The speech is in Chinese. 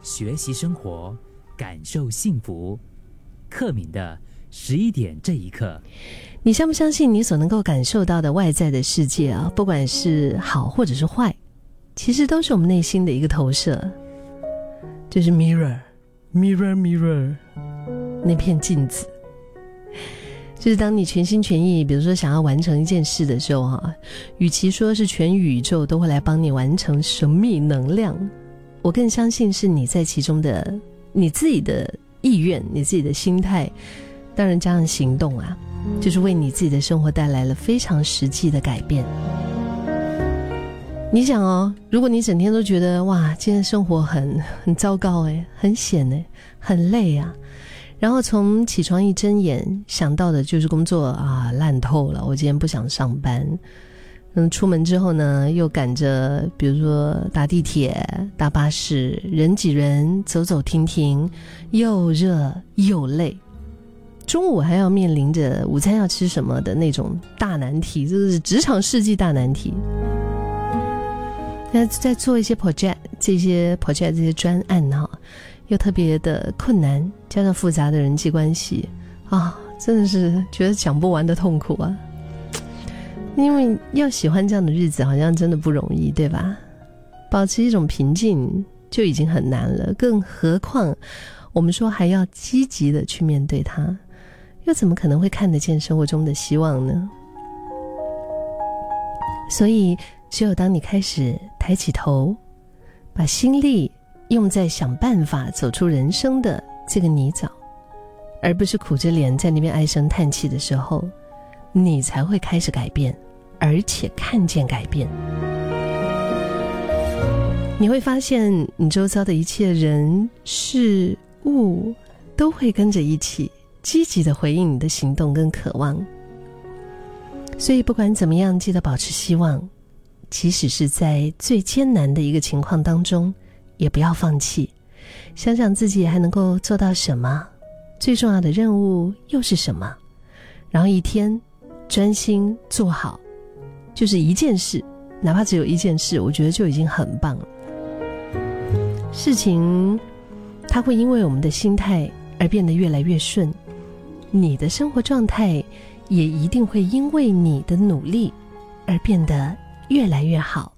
学习生活，感受幸福。克敏的11点这一刻。 你相不相信你所能够感受到的外在的世界啊，不管是好或者是坏，其实都是我们内心的一个投射，就是 mirror 那片镜子。就是当你全心全意，比如说想要完成一件事的时候啊，与其说是全宇宙都会来帮你完成神秘能量，我更相信是你在其中的你自己的意愿，你自己的心态，当然加上行动啊，就是为你自己的生活带来了非常实际的改变。你想哦，如果你整天都觉得哇，今天生活很糟糕很险很累啊，然后从起床一睁眼想到的就是工作啊，烂透了，我今天不想上班。出门之后呢，又赶着比如说搭地铁搭巴士，人挤人，走走停停，又热又累，中午还要面临着午餐要吃什么的那种大难题，这是职场世纪大难题。在做一些 project 这些专案又特别的困难，加上复杂的人际关系啊，真的是觉得讲不完的痛苦啊。因为要喜欢这样的日子好像真的不容易，对吧？保持一种平静就已经很难了，更何况我们说还要积极的去面对它，又怎么可能会看得见生活中的希望呢？所以只有当你开始抬起头，把心力用在想办法走出人生的这个泥沼，而不是苦着脸在那边唉声叹气的时候，你才会开始改变，而且看见改变。你会发现你周遭的一切人事物都会跟着一起积极的回应你的行动跟渴望。所以不管怎么样，记得保持希望，即使是在最艰难的一个情况当中，也不要放弃，想想自己还能够做到什么，最重要的任务又是什么，然后一天专心做好，就是一件事，哪怕只有一件事，我觉得就已经很棒了。事情它会因为我们的心态而变得越来越顺，你的生活状态也一定会因为你的努力而变得越来越好。